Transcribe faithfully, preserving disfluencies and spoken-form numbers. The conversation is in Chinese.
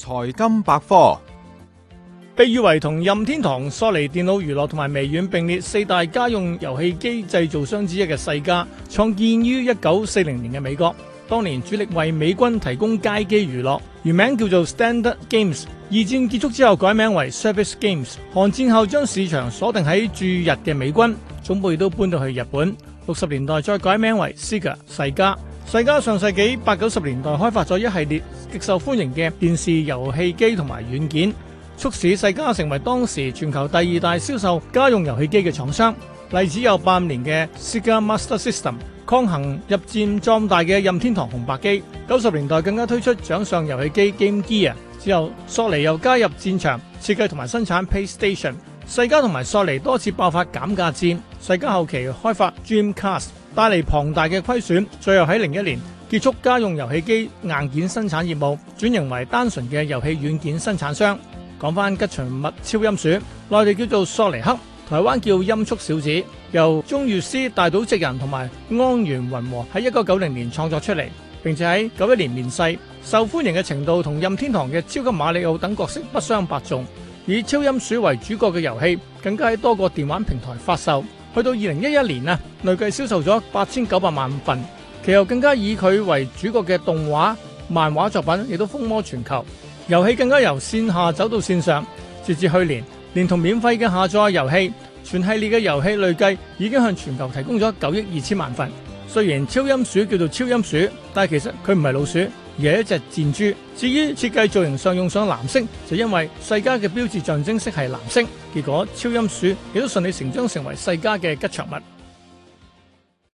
財金百科。 被譽為同任天堂、索尼電腦娛樂同埋微軟並列四大家用遊戲機製造商之一嘅世嘉，創建於一九四零年嘅美國，當年主力為美軍提供街機娛樂，原名叫做 Standard Games。二戰結束之後改名為 Service Games。韓戰後將市場鎖定喺駐日嘅美軍，總部亦都搬到去日本。六十年代再改名為 Sega 世嘉。世嘉上世紀八九十年代開發咗一系列極受歡迎嘅電視遊戲機同埋軟件，促使世嘉成為當時全球第二大銷售家用遊戲機嘅廠商。例子有八五年嘅 Sega Master System 抗衡日漸壯大嘅任天堂紅白機，九十年代更加推出掌上遊戲機 Game Gear。之後索尼又加入戰場，設計同埋生產 PlayStation。世嘉同埋索尼多次爆發減價戰，世嘉後期開發 Dreamcast， 帶嚟龐大嘅虧損，最後喺零一年結束家用遊戲機硬件生產業務，轉型為單純嘅遊戲軟件生產商。講翻吉祥物超音鼠，內地叫做索尼克，台灣叫音速小子，由鐘悅師、大島直人同埋安原雲和喺一九九零年創作出嚟，並且喺九一年面世，受歡迎嘅程度同任天堂嘅超級馬里奧等角色不相伯仲。以超音鼠為主角嘅遊戲更加喺多個電玩平台發售，去到二零一一年啊，累計銷售咗八千九百萬份。其後更加以佢為主角嘅動畫、漫畫作品亦都風靡全球。遊戲更加由線下走到線上，截至去年，連同免費嘅下載遊戲，全系列嘅遊戲累計已經向全球提供咗九億二千萬份。雖然超音鼠叫做超音鼠，但係其實佢唔係老鼠，而係一隻箭豬。至於設計造型上用上藍色，就因為世嘉嘅標誌象徵色係藍色，結果超音鼠亦都順理成章成為世嘉嘅吉祥物。